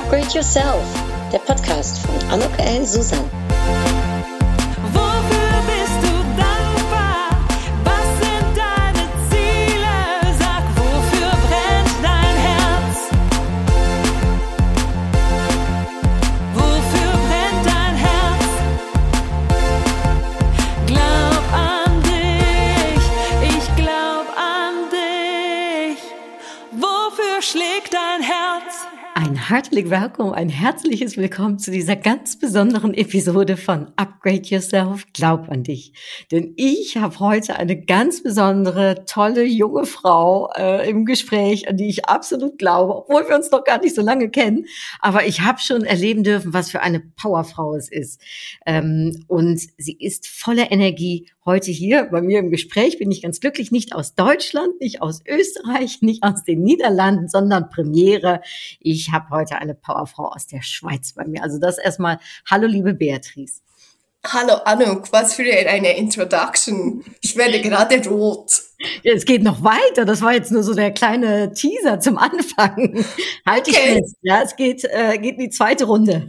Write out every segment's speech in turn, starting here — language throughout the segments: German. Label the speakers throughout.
Speaker 1: Upgrade Yourself, der Podcast von Anouk El Susan.
Speaker 2: Wofür bist du dankbar? Was sind deine Ziele? Sag, wofür brennt dein Herz? Wofür brennt dein Herz? Glaub an dich, ich glaub an dich. Wofür schlägt dein Herz?
Speaker 3: Ein herzlich willkommen, ein herzliches Willkommen zu dieser ganz besonderen Episode von Upgrade Yourself, glaub an dich. Denn ich habe heute eine ganz besondere, tolle, junge Frau im Gespräch, an die ich absolut glaube, obwohl wir uns noch gar nicht so lange kennen. Aber ich habe schon erleben dürfen, was für eine Powerfrau es ist. Und sie ist voller Energie. Heute hier bei mir im Gespräch bin ich ganz glücklich, nicht aus Deutschland, nicht aus Österreich, nicht aus den Niederlanden, sondern Premiere. Ich habe heute eine Powerfrau aus der Schweiz bei mir. Also das erstmal, hallo liebe Beatrice.
Speaker 4: Hallo Anouk, was für eine Introduction. Ich werde gerade rot.
Speaker 3: Ja, es geht noch weiter. Das war jetzt nur so der kleine Teaser zum Anfang. Halt dich fest. Ja, es geht in die zweite Runde.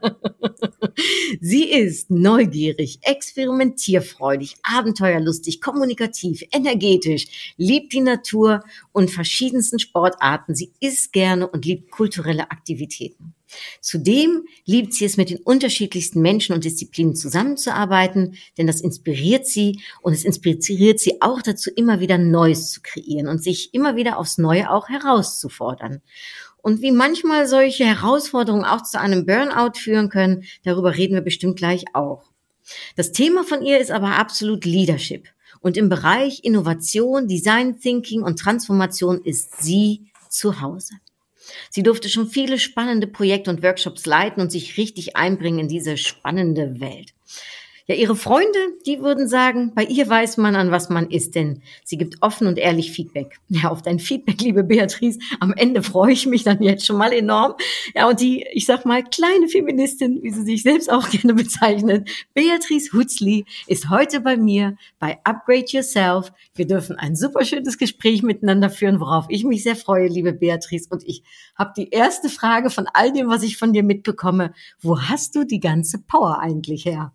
Speaker 3: Sie ist neugierig, experimentierfreudig, abenteuerlustig, kommunikativ, energetisch, liebt die Natur und verschiedensten Sportarten. Sie isst gerne und liebt kulturelle Aktivitäten. Zudem liebt sie es, mit den unterschiedlichsten Menschen und Disziplinen zusammenzuarbeiten, denn das inspiriert sie und es inspiriert sie auch dazu, immer wieder Neues zu kreieren und sich immer wieder aufs Neue auch herauszufordern. Und wie manchmal solche Herausforderungen auch zu einem Burnout führen können, darüber reden wir bestimmt gleich auch. Das Thema von ihr ist aber absolut Leadership. Und im Bereich Innovation, Design Thinking und Transformation ist sie zu Hause. Sie durfte schon viele spannende Projekte und Workshops leiten und sich richtig einbringen in diese spannende Welt. Ja, ihre Freunde, die würden sagen, bei ihr weiß man, an was man ist, denn sie gibt offen und ehrlich Feedback. Ja, auf dein Feedback, liebe Beatrice, am Ende freue ich mich dann jetzt schon mal enorm. Ja, und die, ich sag mal, kleine Feministin, wie sie sich selbst auch gerne bezeichnet, Beatrice Hutzli, ist heute bei mir bei Upgrade Yourself. Wir dürfen ein super schönes Gespräch miteinander führen, worauf ich mich sehr freue, liebe Beatrice. Und ich habe die erste Frage von all dem, was ich von dir mitbekomme. Wo hast du die ganze Power eigentlich her?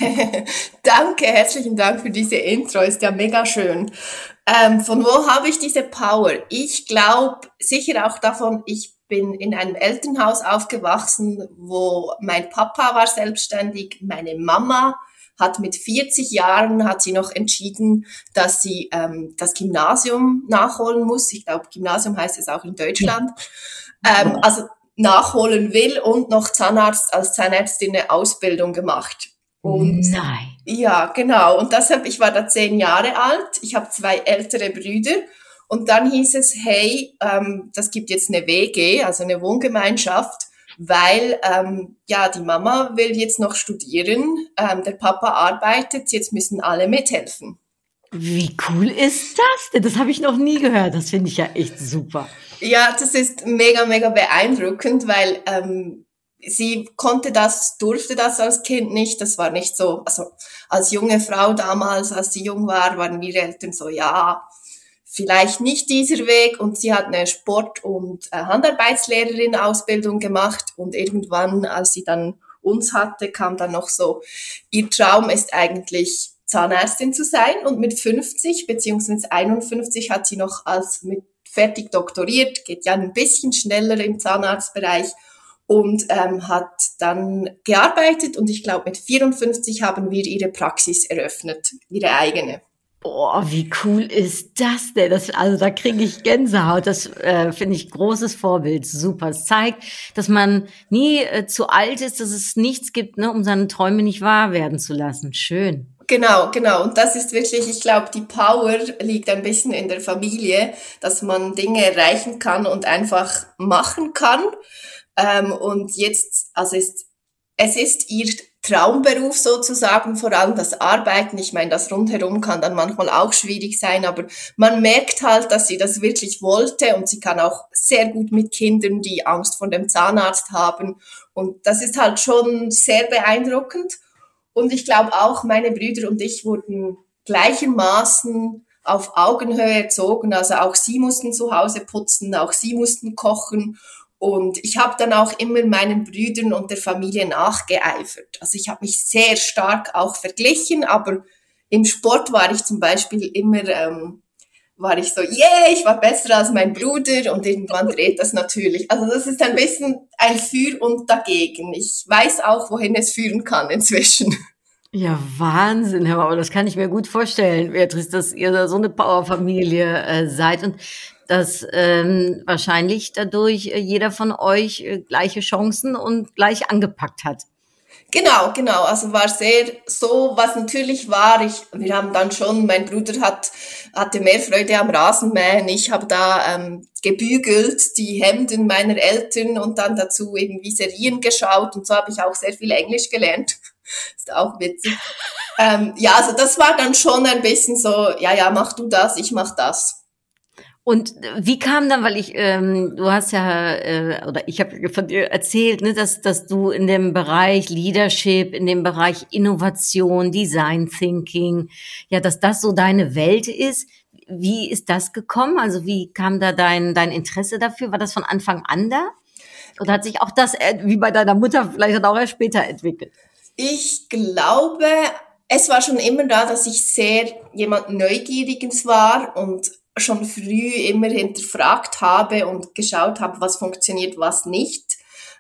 Speaker 4: Danke, herzlichen Dank für diese Intro, ist ja mega schön. Von wo habe ich diese Power? Ich glaube sicher auch davon, ich bin in einem Elternhaus aufgewachsen, wo mein Papa war selbstständig, meine Mama hat mit 40 Jahren hat sie noch entschieden, dass sie das Gymnasium nachholen muss. Ich glaube, Gymnasium heißt es auch in Deutschland. Also nachholen will und noch als Zahnärztin eine Ausbildung gemacht. Und
Speaker 3: Nein.
Speaker 4: ja, genau. Und deshalb, ich war da 10 Jahre alt. Ich habe 2 ältere Brüder. Und dann hieß es, hey, das gibt jetzt eine WG, also eine Wohngemeinschaft, weil ja die Mama will jetzt noch studieren, der Papa arbeitet, jetzt müssen alle mithelfen.
Speaker 3: Wie cool ist das denn? Das habe ich noch nie gehört. Das finde ich ja echt super.
Speaker 4: Ja, das ist mega, mega beeindruckend, weil sie durfte das als Kind nicht, das war nicht so, also als junge Frau damals, als sie jung war, waren ihre Eltern so, ja, vielleicht nicht dieser Weg, und sie hat eine Sport- und Handarbeitslehrerin-Ausbildung gemacht, und irgendwann, als sie dann uns hatte, kam dann noch so, ihr Traum ist eigentlich Zahnärztin zu sein, und mit 50 beziehungsweise 51 hat sie noch mit fertig doktoriert, geht ja ein bisschen schneller im Zahnarztbereich, und hat dann gearbeitet, und ich glaube mit 54 haben wir ihre Praxis eröffnet, ihre eigene.
Speaker 3: Boah, wie cool ist das denn? Also da kriege ich Gänsehaut. Das finde ich großes Vorbild. Super. Es zeigt, dass man nie zu alt ist, dass es nichts gibt, ne, um seine Träume nicht wahr werden zu lassen. Schön.
Speaker 4: Genau. Und das ist wirklich, ich glaube, die Power liegt ein bisschen in der Familie, dass man Dinge erreichen kann und einfach machen kann. Und jetzt, also es ist ihr Traumberuf sozusagen, vor allem das Arbeiten. Ich meine, das Rundherum kann dann manchmal auch schwierig sein, aber man merkt halt, dass sie das wirklich wollte, und sie kann auch sehr gut mit Kindern, die Angst vor dem Zahnarzt haben, und das ist halt schon sehr beeindruckend. Und ich glaube auch, meine Brüder und ich wurden gleichermaßen auf Augenhöhe erzogen, also auch sie mussten zu Hause putzen, auch sie mussten kochen. Und ich habe dann auch immer meinen Brüdern und der Familie nachgeeifert. Also ich habe mich sehr stark auch verglichen, aber im Sport war ich zum Beispiel immer, war ich so, yeah, ich war besser als mein Bruder und irgendwann dreht das natürlich. Also das ist ein bisschen ein Für und Dagegen. Ich weiß auch, wohin es führen kann inzwischen.
Speaker 3: Ja, Wahnsinn, aber das kann ich mir gut vorstellen, Beatrice, dass ihr da so eine Powerfamilie seid und dass wahrscheinlich dadurch jeder von euch gleiche Chancen und gleich angepackt hat.
Speaker 4: Genau. Also war sehr so, was natürlich war, wir haben dann schon, mein Bruder hatte mehr Freude am Rasenmähen. Ich habe da gebügelt, die Hemden meiner Eltern und dann dazu irgendwie Serien geschaut und so habe ich auch sehr viel Englisch gelernt. Ist auch witzig. Ja, also das war dann schon ein bisschen so, ja, mach du das, ich mach das.
Speaker 3: Und wie kam dann, weil du hast ja, oder ich habe von dir erzählt, ne, dass du in dem Bereich Leadership, in dem Bereich Innovation, Design Thinking, ja, dass das so deine Welt ist. Wie ist das gekommen? Also wie kam da dein Interesse dafür? War das von Anfang an da? Oder hat sich auch das, wie bei deiner Mutter, vielleicht dann auch erst später entwickelt?
Speaker 4: Ich glaube, es war schon immer da, dass ich sehr jemand Neugieriges war und schon früh immer hinterfragt habe und geschaut habe, was funktioniert, was nicht.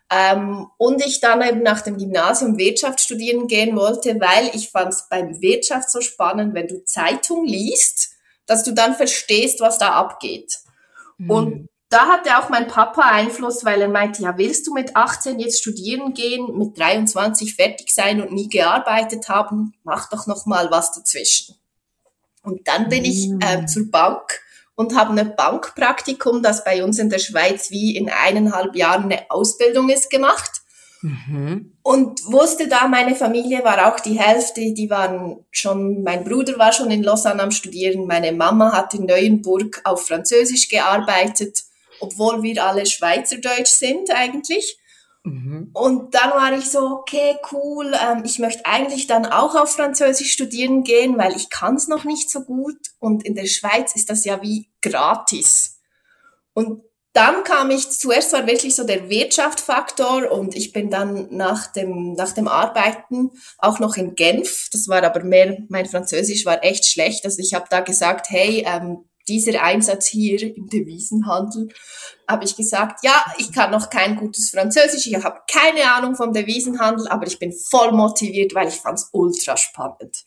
Speaker 4: Und ich dann eben nach dem Gymnasium Wirtschaft studieren gehen wollte, weil ich fand es beim Wirtschaft so spannend, wenn du Zeitung liest, dass du dann verstehst, was da abgeht. Und da hatte auch mein Papa Einfluss, weil er meinte, ja, willst du mit 18 jetzt studieren gehen, mit 23 fertig sein und nie gearbeitet haben? Mach doch noch mal was dazwischen. Und dann bin ich zur Bank und habe ein Bankpraktikum, das bei uns in der Schweiz wie in 1,5 Jahren eine Ausbildung ist, gemacht. Und wusste da, meine Familie war auch die Hälfte, die waren schon, mein Bruder war schon in Lausanne am Studieren, meine Mama hat in Neuenburg auf Französisch gearbeitet, obwohl wir alle Schweizerdeutsch sind eigentlich. Und dann war ich so, okay, cool, ich möchte eigentlich dann auch auf Französisch studieren gehen, weil ich kann es noch nicht so gut und in der Schweiz ist das ja wie gratis. Und dann kam ich, zuerst war wirklich so der Wirtschaftsfaktor und ich bin dann nach dem Arbeiten auch noch in Genf, das war aber mehr, mein Französisch war echt schlecht, also ich habe da gesagt, hey, dieser Einsatz hier im Devisenhandel, habe ich gesagt, ja, ich kann noch kein gutes Französisch, ich habe keine Ahnung vom Devisenhandel, aber ich bin voll motiviert, weil ich fand's ultra spannend.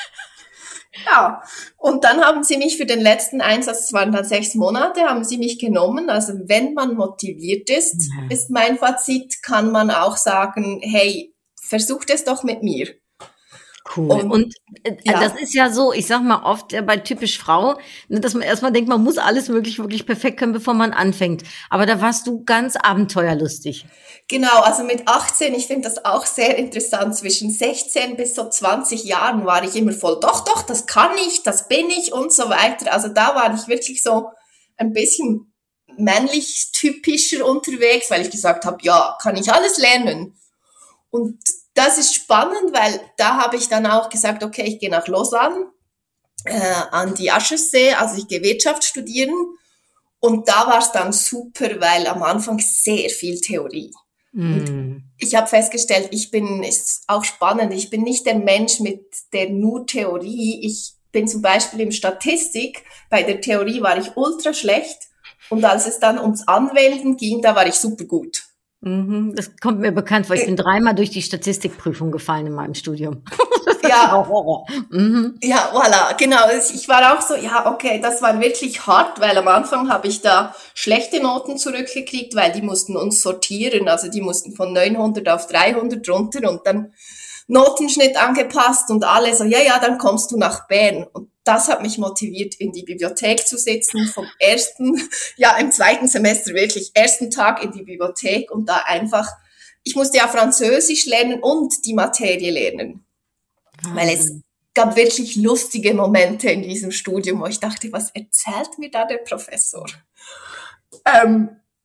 Speaker 4: Ja, und dann haben sie mich für den letzten Einsatz, es waren dann 6 Monate, haben sie mich genommen. Also wenn man motiviert ist, ist mein Fazit, kann man auch sagen, hey, versucht es doch mit mir.
Speaker 3: Cool. Und das ist ja so, ich sag mal oft bei typisch Frau, ne, dass man erstmal denkt, man muss alles wirklich perfekt können, bevor man anfängt. Aber da warst du ganz abenteuerlustig.
Speaker 4: Genau, also mit 18, ich finde das auch sehr interessant, zwischen 16 bis so 20 Jahren war ich immer voll, doch, das kann ich, das bin ich und so weiter. Also da war ich wirklich so ein bisschen männlich typischer unterwegs, weil ich gesagt habe, ja, kann ich alles lernen. Und das ist spannend, weil da habe ich dann auch gesagt, okay, ich gehe nach Lausanne an die Aschersee, also ich gehe Wirtschaft studieren und da war es dann super, weil am Anfang sehr viel Theorie. Und ich habe festgestellt, ist auch spannend, ich bin nicht der Mensch mit der nur Theorie, ich bin zum Beispiel in Statistik, bei der Theorie war ich ultra schlecht und als es dann ums Anwenden ging, da war ich super gut.
Speaker 3: Das kommt mir bekannt vor. Ich bin 3-mal durch die Statistikprüfung gefallen in meinem Studium.
Speaker 4: Ja, ja, voilà, genau. Ich war auch so, ja, okay, das war wirklich hart, weil am Anfang habe ich da schlechte Noten zurückgekriegt, weil die mussten uns sortieren, also die mussten von 900 auf 300 runter und dann Notenschnitt angepasst und alle so, ja, dann kommst du nach Bern. Und das hat mich motiviert, in die Bibliothek zu sitzen, im 2. Semester wirklich, ersten Tag in die Bibliothek und da einfach, ich musste ja Französisch lernen und die Materie lernen. Weil es gab wirklich lustige Momente in diesem Studium, wo ich dachte, was erzählt mir da der Professor?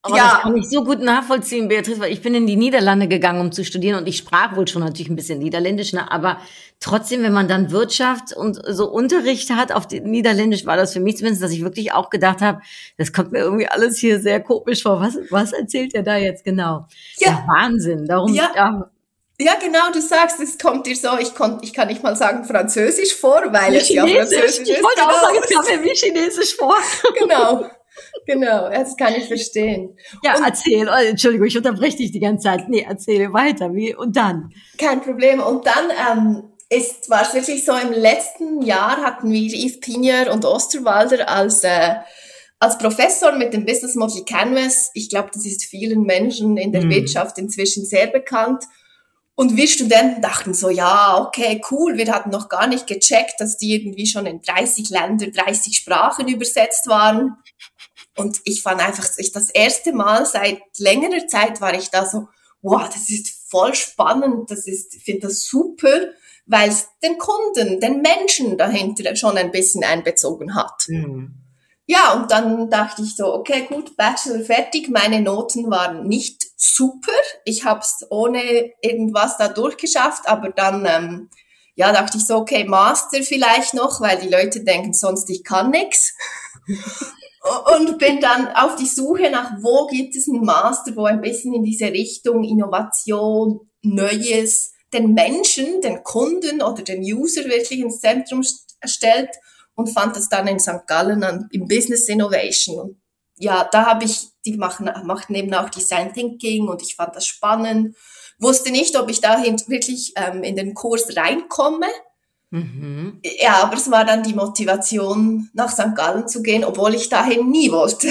Speaker 3: Aber das kann ich so gut nachvollziehen, Beatrice, weil ich bin in die Niederlande gegangen, um zu studieren und ich sprach wohl schon natürlich ein bisschen Niederländisch, ne? Aber trotzdem, wenn man dann Wirtschaft und so Unterricht hat auf Niederländisch, war das für mich zumindest, dass ich wirklich auch gedacht habe, das kommt mir irgendwie alles hier sehr komisch vor. Was erzählt er da jetzt genau? Ja, Wahnsinn. Darum,
Speaker 4: Ja, genau, du sagst, es kommt dir so, ich kann nicht mal sagen Französisch vor, weil es ja Französisch ist.
Speaker 3: Ich wollte auch sagen, es kam mir wie Chinesisch vor.
Speaker 4: Genau, das kann ich verstehen.
Speaker 3: Ja, erzähl, Entschuldigung, ich unterbreche dich die ganze Zeit. Nee, erzähl weiter, und dann?
Speaker 4: Kein Problem. Und dann war es wirklich so, im letzten Jahr hatten wir Yves Pinier und Osterwalder als Professor mit dem Business Model Canvas. Ich glaube, das ist vielen Menschen in der Wirtschaft inzwischen sehr bekannt. Und wir Studenten dachten so, ja, okay, cool, wir hatten noch gar nicht gecheckt, dass die irgendwie schon in 30 Länder, 30 Sprachen übersetzt waren. Und ich fand einfach, das erste Mal seit längerer Zeit war ich da so, wow, das ist voll spannend, ich finde das super, weil es den Kunden, den Menschen dahinter schon ein bisschen einbezogen hat. Ja, und dann dachte ich so, okay, gut, Bachelor fertig, meine Noten waren nicht super, ich habe es ohne irgendwas da durchgeschafft, aber dann dachte ich so, okay, Master vielleicht noch, weil die Leute denken sonst, ich kann nix. Und bin dann auf die Suche nach, wo gibt es einen Master, wo ein bisschen in diese Richtung Innovation, Neues, den Menschen, den Kunden oder den User wirklich ins Zentrum stellt, und fand das dann in St. Gallen im Business Innovation. Und ja, da die machten eben auch Design Thinking und ich fand das spannend. Wusste nicht, ob ich dahin wirklich in den Kurs reinkomme. Ja, aber es war dann die Motivation, nach St. Gallen zu gehen, obwohl ich dahin nie wollte.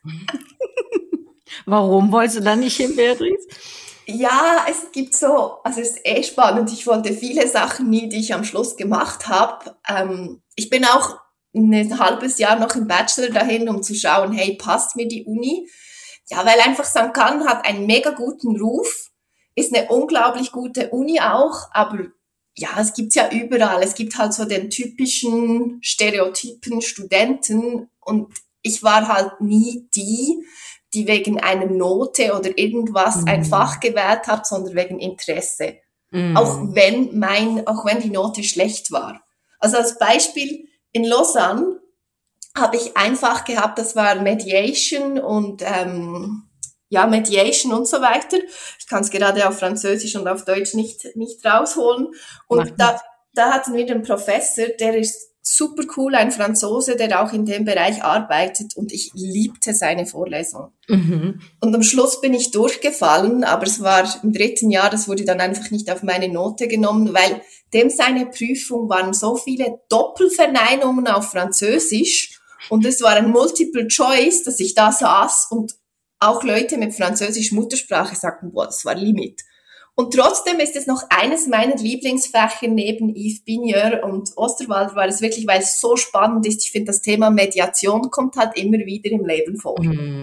Speaker 3: Warum wolltest du da nicht hin, Beatrice?
Speaker 4: Ja, es ist spannend. Ich wollte viele Sachen nie, die ich am Schluss gemacht habe. Ich bin auch ein halbes Jahr noch im Bachelor dahin, um zu schauen, hey, passt mir die Uni? Ja, weil einfach St. Gallen hat einen mega guten Ruf, ist eine unglaublich gute Uni auch, aber ja, es gibt's ja überall. Es gibt halt so den typischen Stereotypen Studenten und ich war halt nie die wegen einer Note oder irgendwas ein Fach gewählt hat, sondern wegen Interesse. Auch wenn die Note schlecht war. Also als Beispiel, in Lausanne habe ich ein Fach gehabt, das war Mediation und Mediation und so weiter. Ich kann es gerade auf Französisch und auf Deutsch nicht rausholen. Und da hatten wir den Professor, der ist super cool, ein Franzose, der auch in dem Bereich arbeitet, und ich liebte seine Vorlesung. Und am Schluss bin ich durchgefallen, aber es war im 3. Jahr, das wurde dann einfach nicht auf meine Note genommen, weil seine Prüfung waren so viele Doppelverneinungen auf Französisch und es war ein Multiple Choice, dass ich da saß und auch Leute mit Französisch Muttersprache sagten, boah, das war Limit. Und trotzdem ist es noch eines meiner Lieblingsfächer neben Yves Pinier und Osterwalder, war es wirklich, weil es so spannend ist. Ich finde, das Thema Mediation kommt halt immer wieder im Leben vor.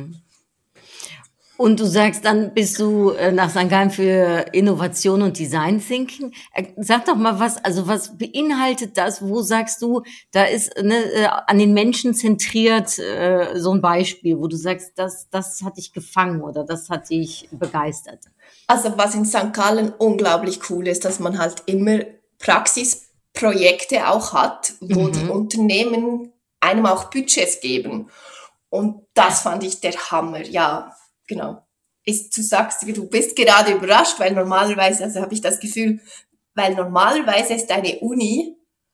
Speaker 3: Und du sagst, dann bist du nach St. Gallen für Innovation und Design Thinking. Sag doch mal was beinhaltet das? Wo sagst du, da ist an den Menschen zentriert so ein Beispiel, wo du sagst, das hat dich gefangen oder das hat dich begeistert?
Speaker 4: Also was in St. Gallen unglaublich cool ist, dass man halt immer Praxisprojekte auch hat, wo die Unternehmen einem auch Budgets geben. Und das fand ich der Hammer, ja. Genau. Du sagst, du bist gerade überrascht, weil normalerweise, also habe ich das Gefühl, weil normalerweise ist eine Uni,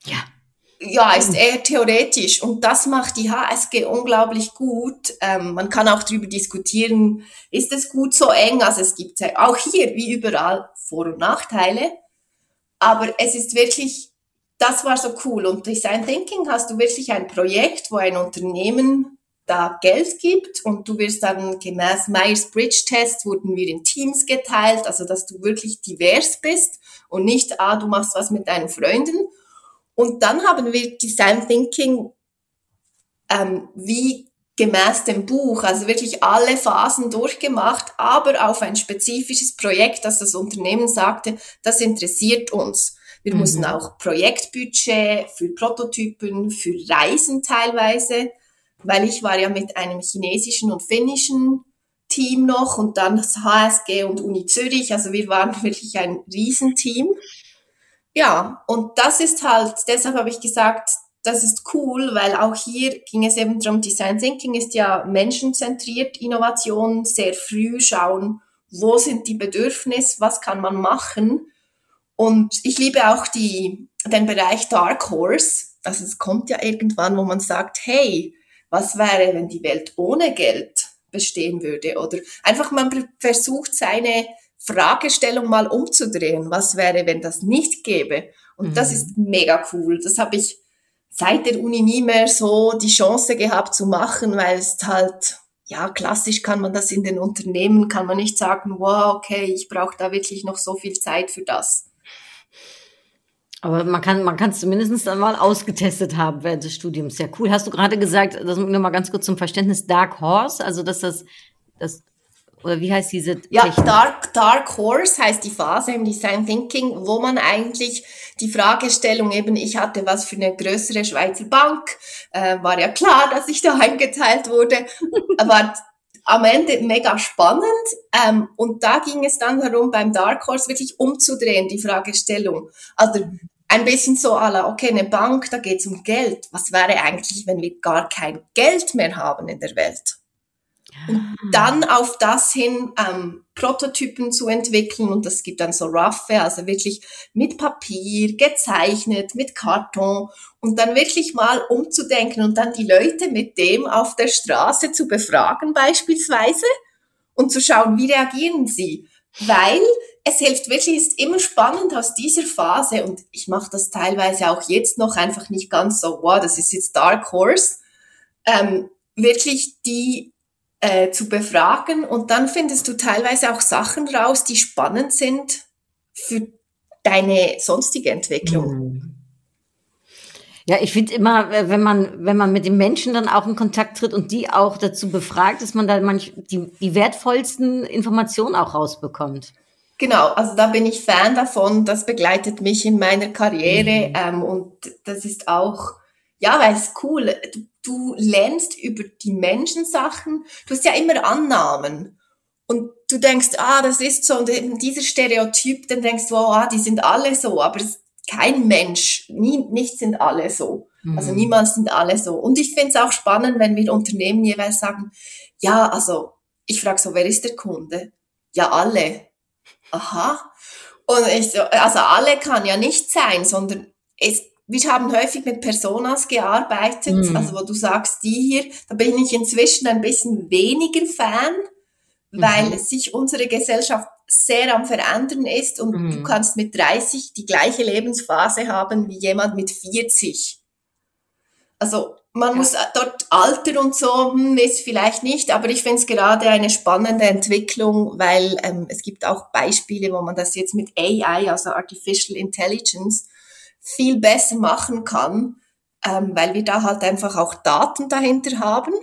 Speaker 4: ist eher theoretisch, und das macht die HSG unglaublich gut. Man kann auch darüber diskutieren, ist es gut so eng? Also es gibt auch hier, wie überall, Vor- und Nachteile, aber es ist wirklich, das war so cool. Und Design Thinking hast du wirklich ein Projekt, wo ein Unternehmen da Geld gibt und du wirst dann gemäß Myers-Briggs-Test wurden wir in Teams geteilt, also dass du wirklich divers bist und nicht, du machst was mit deinen Freunden. Und dann haben wir Design Thinking wie gemäß dem Buch, also wirklich alle Phasen durchgemacht, aber auf ein spezifisches Projekt, das das Unternehmen sagte, das interessiert uns. Wir mussten auch Projektbudget für Prototypen, für Reisen teilweise, weil ich war ja mit einem chinesischen und finnischen Team noch und dann das HSG und Uni Zürich. Also wir waren wirklich ein Riesenteam. Ja, und das ist halt, deshalb habe ich gesagt, das ist cool, weil auch hier ging es eben darum, Design Thinking ist ja menschenzentriert, Innovation, sehr früh schauen, wo sind die Bedürfnisse, was kann man machen. Und ich liebe auch den Bereich Dark Horse. Also es kommt ja irgendwann, wo man sagt, hey, was wäre, wenn die Welt ohne Geld bestehen würde? Oder einfach man versucht, seine Fragestellung mal umzudrehen. Was wäre, wenn das nicht gäbe? Und das ist mega cool. Das habe ich seit der Uni nie mehr so die Chance gehabt zu machen, weil es halt, ja, klassisch kann man das in den Unternehmen, kann man nicht sagen, wow, okay, ich brauche da wirklich noch so viel Zeit für das.
Speaker 3: Aber man kann es zumindest dann mal ausgetestet haben während des Studiums. Ja, cool. Hast du gerade gesagt, das nur mal ganz kurz zum Verständnis, Dark Horse, also dass das, oder wie heißt diese
Speaker 4: Ja,
Speaker 3: Technik?
Speaker 4: Dark Horse heißt die Phase im Design Thinking, wo man eigentlich die Fragestellung eben, ich hatte was für eine größere Schweizer Bank, war ja klar, dass ich da eingeteilt wurde, war am Ende mega spannend, und da ging es dann darum, beim Dark Horse wirklich umzudrehen, die Fragestellung. Also ein bisschen so à la, okay, eine Bank, da geht es um Geld. Was wäre eigentlich, wenn wir gar kein Geld mehr haben in der Welt? Und dann auf das hin Prototypen zu entwickeln, und das gibt dann so roughe, also wirklich mit Papier, gezeichnet, mit Karton, und dann wirklich mal umzudenken und dann die Leute mit dem auf der Straße zu befragen beispielsweise und zu schauen, wie reagieren sie. Weil es hilft wirklich, ist immer spannend aus dieser Phase, und ich mache das teilweise auch jetzt noch einfach nicht ganz so, wow, das ist jetzt Dark Horse, wirklich die zu befragen, und dann findest du teilweise auch Sachen raus, die spannend sind für deine sonstige Entwicklung.
Speaker 3: Ja, ich finde immer, wenn man mit den Menschen dann auch in Kontakt tritt und die auch dazu befragt, dass man da die wertvollsten Informationen auch rausbekommt.
Speaker 4: Genau, also da bin ich Fan davon, das begleitet mich in meiner Karriere, und das ist auch, ja, weil es cool, du lernst über die Menschen Sachen, du hast ja immer Annahmen und du denkst, das ist so, und eben dieser Stereotyp, dann denkst du, die sind alle so, aber kein Mensch, nicht sind alle so, also niemals sind alle so. Und ich finde es auch spannend, wenn wir Unternehmen jeweils sagen, ja, also ich frage so, wer ist der Kunde? Ja, alle. Aha. Und ich so, also alle kann ja nicht sein, sondern wir haben häufig mit Personas gearbeitet, also wo du sagst, die hier, da bin ich inzwischen ein bisschen weniger Fan, weil sich unsere Gesellschaft sehr am Verändern ist, und du kannst mit 30 die gleiche Lebensphase haben wie jemand mit 40. Also man muss dort Alter und so, ist vielleicht nicht, aber ich finde es gerade eine spannende Entwicklung, weil es gibt auch Beispiele, wo man das jetzt mit AI, also Artificial Intelligence, viel besser machen kann, weil wir da halt einfach auch Daten dahinter haben.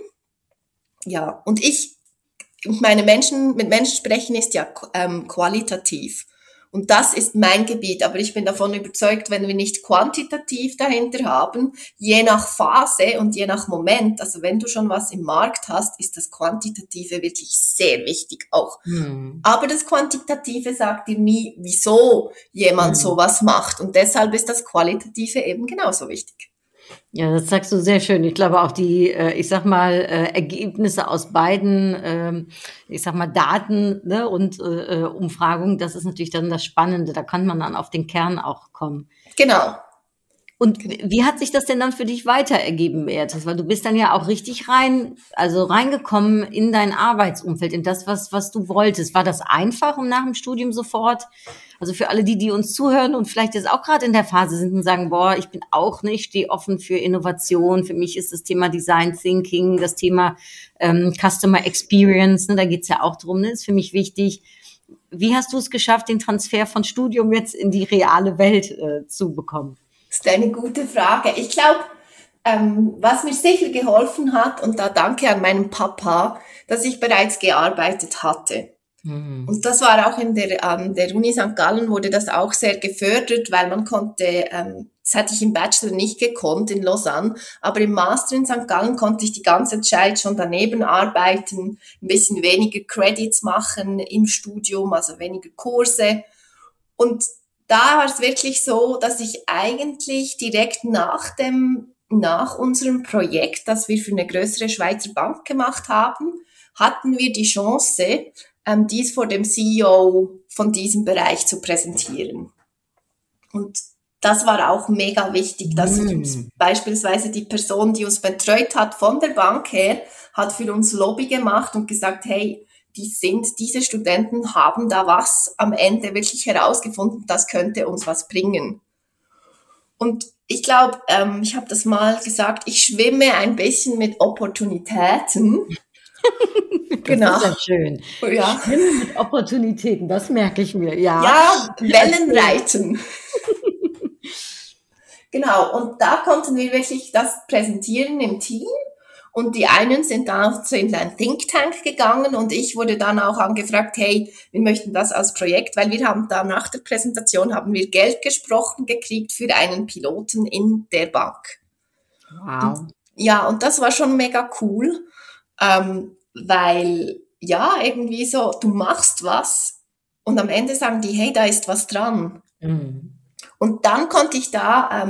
Speaker 4: Ja, und mit Menschen sprechen ist ja qualitativ. Und das ist mein Gebiet, aber ich bin davon überzeugt, wenn wir nicht quantitativ dahinter haben, je nach Phase und je nach Moment, also wenn du schon was im Markt hast, ist das Quantitative wirklich sehr wichtig auch. Aber das Quantitative sagt dir nie, wieso jemand sowas macht, und deshalb ist das Qualitative eben genauso wichtig.
Speaker 3: Ja, das sagst du sehr schön. Ich glaube auch die, ich sag mal, Ergebnisse aus beiden, ich sag mal, Daten, ne, und Umfragungen, das ist natürlich dann das Spannende. Da kann man dann auf den Kern auch kommen.
Speaker 4: Genau.
Speaker 3: Und wie hat sich das denn dann für dich weiter ergeben, Beatrice? Weil du bist dann ja auch richtig reingekommen in dein Arbeitsumfeld, in das, was du wolltest. War das einfach, um nach dem Studium sofort, also für alle die uns zuhören und vielleicht jetzt auch gerade in der Phase sind und sagen, ich bin auch nicht, stehe offen für Innovation. Für mich ist das Thema Design Thinking, das Thema Customer Experience, ne, da geht's ja auch drum, ne, ist für mich wichtig. Wie hast du es geschafft, den Transfer von Studium jetzt in die reale Welt zu bekommen?
Speaker 4: Das ist eine gute Frage. Ich glaube, was mir sicher geholfen hat, und da danke an meinen Papa, dass ich bereits gearbeitet hatte. Und das war auch an der Uni St. Gallen wurde das auch sehr gefördert, weil man konnte, das hätte ich im Bachelor nicht gekonnt in Lausanne, aber im Master in St. Gallen konnte ich die ganze Zeit schon daneben arbeiten, ein bisschen weniger Credits machen im Studium, also weniger Kurse. Und da war es wirklich so, dass ich eigentlich direkt nach unserem Projekt, das wir für eine größere Schweizer Bank gemacht haben, hatten wir die Chance, dies vor dem CEO von diesem Bereich zu präsentieren. Und das war auch mega wichtig, dass beispielsweise die Person, die uns betreut hat von der Bank her, hat für uns Lobby gemacht und gesagt, hey, diese Studenten haben da was am Ende wirklich herausgefunden, das könnte uns was bringen. Und ich glaube, ich habe das mal gesagt, ich schwimme ein bisschen mit Opportunitäten. Genau.
Speaker 3: Das ist ja schön.
Speaker 4: Ja.
Speaker 3: Schwimmen mit Opportunitäten, das merke ich mir, ja.
Speaker 4: Ja, Wellenreiten. Genau, und da konnten wir wirklich das präsentieren im Team. Und die einen sind dann in ein Think Tank gegangen und ich wurde dann auch angefragt, hey, wir möchten das als Projekt, weil wir haben da nach der Präsentation haben wir Geld gesprochen gekriegt für einen Piloten in der Bank.
Speaker 3: Wow.
Speaker 4: Und das war schon mega cool. Weil, ja, irgendwie so, du machst was und am Ende sagen die, hey, da ist was dran.
Speaker 3: Mhm.
Speaker 4: Und dann konnte ich da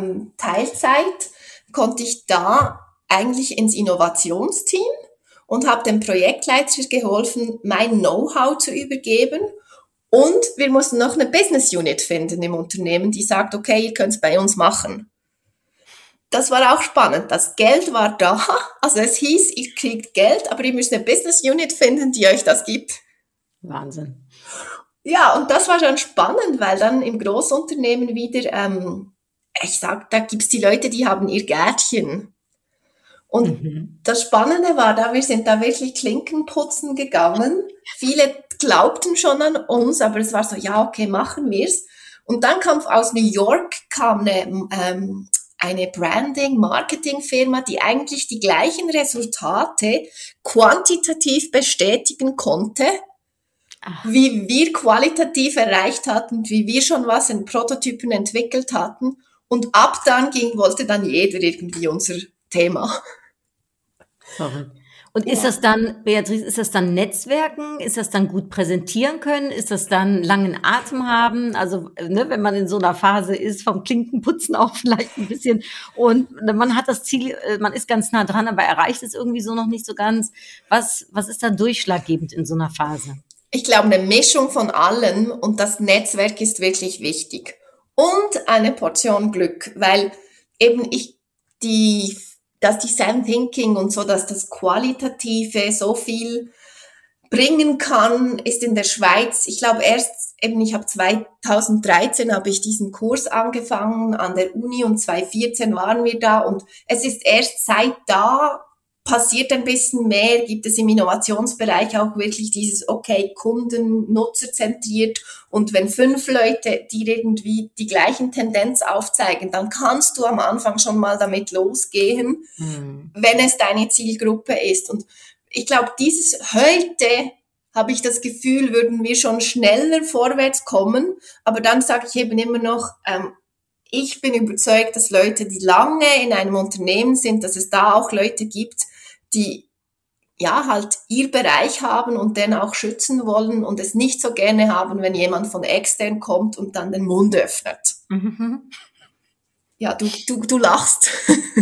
Speaker 4: eigentlich ins Innovationsteam und habe dem Projektleiter geholfen, mein Know-how zu übergeben. Und wir mussten noch eine Business Unit finden im Unternehmen, die sagt, okay, ihr könnt es bei uns machen. Das war auch spannend. Das Geld war da. Also es hieß, ihr kriegt Geld, aber ihr müsst eine Business Unit finden, die euch das gibt.
Speaker 3: Wahnsinn.
Speaker 4: Ja, und das war schon spannend, weil dann im Großunternehmen wieder, da gibt's die Leute, die haben ihr Gärtchen. Und das Spannende war wir sind da wirklich Klinken putzen gegangen. Viele glaubten schon an uns, aber es war so, ja, okay, machen wir's. Und dann kam aus New York eine Branding-Marketing-Firma, die eigentlich die gleichen Resultate quantitativ bestätigen konnte, wie wir qualitativ erreicht hatten, wie wir schon was in Prototypen entwickelt hatten. Und ab dann wollte dann jeder irgendwie unser Thema.
Speaker 3: Verrückt. Und ist das dann, Beatrice, ist das dann Netzwerken? Ist das dann gut präsentieren können? Ist das dann langen Atem haben? Also, wenn man in so einer Phase ist, vom Klinkenputzen auch vielleicht ein bisschen. Und man hat das Ziel, man ist ganz nah dran, aber erreicht es irgendwie so noch nicht so ganz. Was ist da durchschlaggebend in so einer Phase?
Speaker 4: Ich glaube, eine Mischung von allem und das Netzwerk ist wirklich wichtig. Und eine Portion Glück, weil eben dass Design Thinking und so, dass das Qualitative so viel bringen kann, ist in der Schweiz, ich glaube ich habe 2013 habe ich diesen Kurs angefangen an der Uni und 2014 waren wir da und es ist erst seit da passiert ein bisschen mehr, gibt es im Innovationsbereich auch wirklich dieses, okay, Kunden, Nutzer zentriert und wenn 5 Leute, die irgendwie die gleichen Tendenz aufzeigen, dann kannst du am Anfang schon mal damit losgehen, wenn es deine Zielgruppe ist. Und ich glaube, heute habe ich das Gefühl, würden wir schon schneller vorwärts kommen, aber dann sage ich eben immer noch, ich bin überzeugt, dass Leute, die lange in einem Unternehmen sind, dass es da auch Leute gibt, die ja halt ihr Bereich haben und den auch schützen wollen und es nicht so gerne haben, wenn jemand von extern kommt und dann den Mund öffnet. Mhm. Ja, du lachst.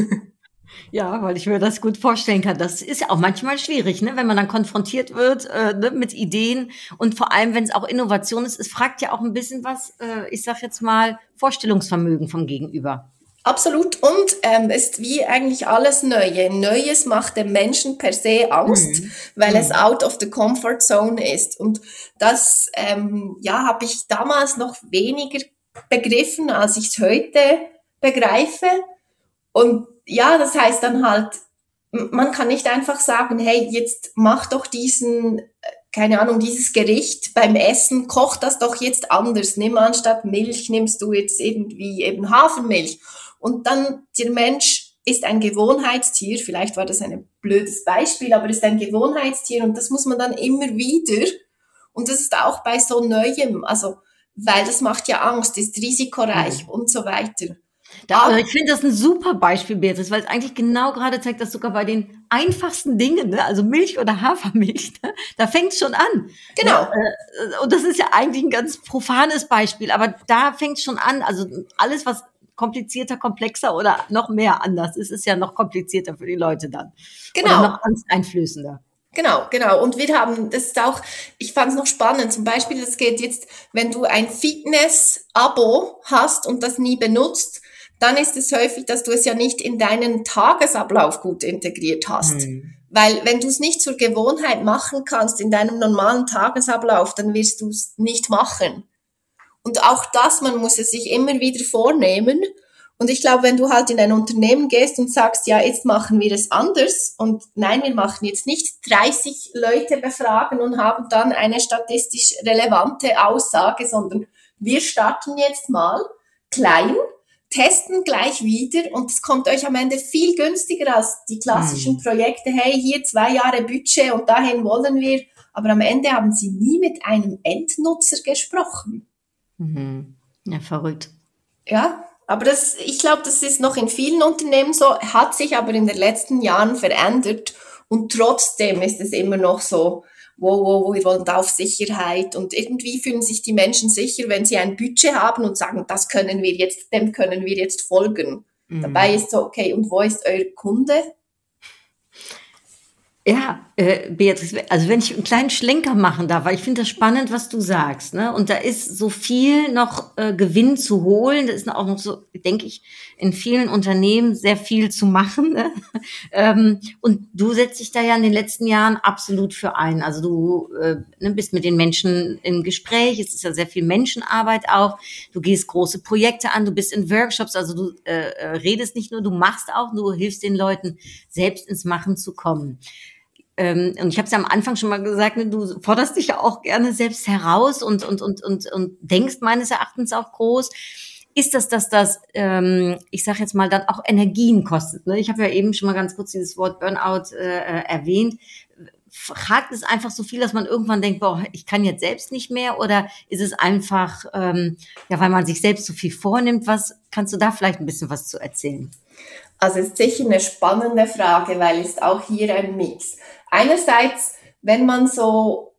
Speaker 3: Ja, weil ich mir das gut vorstellen kann. Das ist ja auch manchmal schwierig, wenn man dann konfrontiert wird mit Ideen und vor allem, wenn es auch Innovation ist, es fragt ja auch ein bisschen was, ich sag jetzt mal, Vorstellungsvermögen vom Gegenüber.
Speaker 4: Absolut. Und ist wie eigentlich alles Neue. Neues macht dem Menschen per se Angst, weil es out of the comfort zone ist. Und das habe ich damals noch weniger begriffen, als ich es heute begreife. Und ja, das heißt dann halt, man kann nicht einfach sagen, hey, jetzt mach doch dieses Gericht beim Essen, koch das doch jetzt anders. Nimm anstatt Milch, nimmst du jetzt irgendwie eben Hafermilch. Und dann, der Mensch ist ein Gewohnheitstier, vielleicht war das ein blödes Beispiel, aber ist ein Gewohnheitstier und das muss man dann immer wieder Und das ist auch bei so Neuem, also, weil das macht ja Angst, ist risikoreich und so weiter.
Speaker 3: Also ich finde das ein super Beispiel, Beatrice, weil es eigentlich genau gerade zeigt, dass sogar bei den einfachsten Dingen, ne, also Milch oder Hafermilch, ne, da fängt es schon an.
Speaker 4: Genau.
Speaker 3: Ne, und das ist ja eigentlich ein ganz profanes Beispiel, aber da fängt es schon an. Also alles, was komplizierter, komplexer oder noch mehr anders ist, ist ja noch komplizierter für die Leute dann.
Speaker 4: Genau.
Speaker 3: Oder noch angsteinflößender.
Speaker 4: Genau. Und wir haben, das ist auch, ich fand es noch spannend, zum Beispiel, das geht jetzt, wenn du ein Fitness-Abo hast und das nie benutzt, dann ist es häufig, dass du es ja nicht in deinen Tagesablauf gut integriert hast. Weil wenn du es nicht zur Gewohnheit machen kannst in deinem normalen Tagesablauf, dann wirst du es nicht machen. Und auch das, man muss es sich immer wieder vornehmen. Und ich glaube, wenn du halt in ein Unternehmen gehst und sagst, ja, jetzt machen wir es anders und nein, wir machen jetzt nicht 30 Leute befragen und haben dann eine statistisch relevante Aussage, sondern wir starten jetzt mal klein, testen gleich wieder und es kommt euch am Ende viel günstiger als die klassischen Projekte. Hey, hier 2 Jahre Budget und dahin wollen wir. Aber am Ende haben sie nie mit einem Endnutzer gesprochen.
Speaker 3: Ja, verrückt.
Speaker 4: Ja, aber ich glaube, das ist noch in vielen Unternehmen so, hat sich aber in den letzten Jahren verändert und trotzdem ist es immer noch so, wow, wir wollen da auf Sicherheit und irgendwie fühlen sich die Menschen sicher, wenn sie ein Budget haben und sagen, dem können wir jetzt folgen. Dabei ist so, okay, und wo ist euer Kunde?
Speaker 3: Ja, Beatrice, also wenn ich einen kleinen Schlenker machen darf, weil ich finde das spannend, was du sagst, ne? Und da ist so viel noch Gewinn zu holen. Da ist auch noch so, denke ich, in vielen Unternehmen sehr viel zu machen. Ne? Und du setzt dich da ja in den letzten Jahren absolut für ein. Also du bist mit den Menschen im Gespräch. Es ist ja sehr viel Menschenarbeit auch. Du gehst große Projekte an. Du bist in Workshops. Also du redest nicht nur, du machst auch. Du hilfst den Leuten, selbst ins Machen zu kommen. Und ich habe es ja am Anfang schon mal gesagt, ne, du forderst dich ja auch gerne selbst heraus und denkst meines Erachtens auch groß. Ist das, dass das, ich sage jetzt mal, dann auch Energien kostet? Ne? Ich habe ja eben schon mal ganz kurz dieses Wort Burnout erwähnt. Fragt es einfach so viel, dass man irgendwann denkt, boah, ich kann jetzt selbst nicht mehr? Oder ist es einfach, ja, weil man sich selbst so viel vornimmt? Was kannst du da vielleicht ein bisschen was zu erzählen?
Speaker 4: Also es ist sicher eine spannende Frage, weil es ist auch hier ein Mix. Einerseits, wenn man so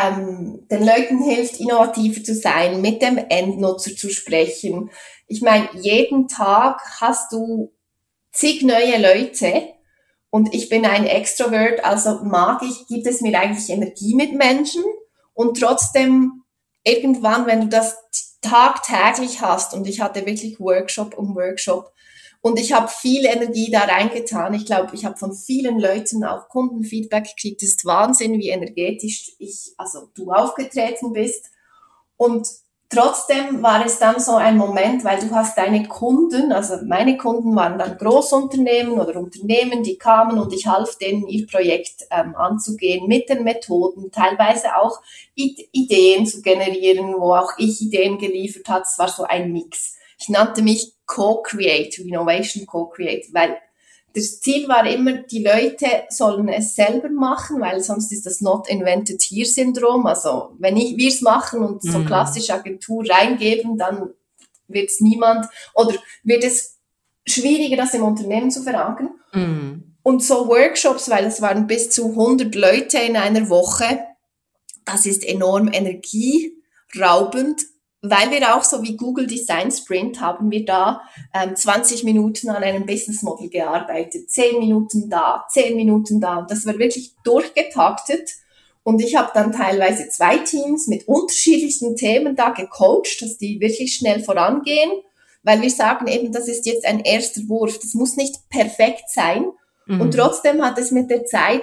Speaker 4: den Leuten hilft, innovativer zu sein, mit dem Endnutzer zu sprechen. Ich meine, jeden Tag hast du zig neue Leute und ich bin ein Extrovert, also gibt es mir eigentlich Energie mit Menschen und trotzdem irgendwann, wenn du das tagtäglich hast und ich hatte wirklich Workshop um Workshop, und ich habe viel Energie da reingetan. Ich glaube, ich habe von vielen Leuten auch Kundenfeedback gekriegt. Es ist Wahnsinn, wie energetisch du aufgetreten bist. Und trotzdem war es dann so ein Moment, weil du hast deine Kunden, also meine Kunden waren dann Großunternehmen oder Unternehmen, die kamen und ich half denen, ihr Projekt anzugehen mit den Methoden, teilweise auch Ideen zu generieren, wo auch ich Ideen geliefert habe. Es war so ein Mix. Ich nannte mich Co-Creator, Innovation Co-Creator, weil das Ziel war immer, die Leute sollen es selber machen, weil sonst ist das Not-Invented-Here-Syndrom. Also wenn wir es machen und so klassische Agentur reingeben, dann wird es niemand oder wird es schwieriger, das im Unternehmen zu verankern. Und so Workshops, weil es waren bis zu 100 Leute in einer Woche, das ist enorm energieraubend. Weil wir auch so wie Google Design Sprint haben wir da 20 Minuten an einem Business Model gearbeitet, 10 Minuten da, 10 Minuten da. Und das war wirklich durchgetaktet. Und ich habe dann teilweise 2 Teams mit unterschiedlichen Themen da gecoacht, dass die wirklich schnell vorangehen, weil wir sagen eben, das ist jetzt ein erster Wurf. Das muss nicht perfekt sein. Und trotzdem hat es mit der Zeit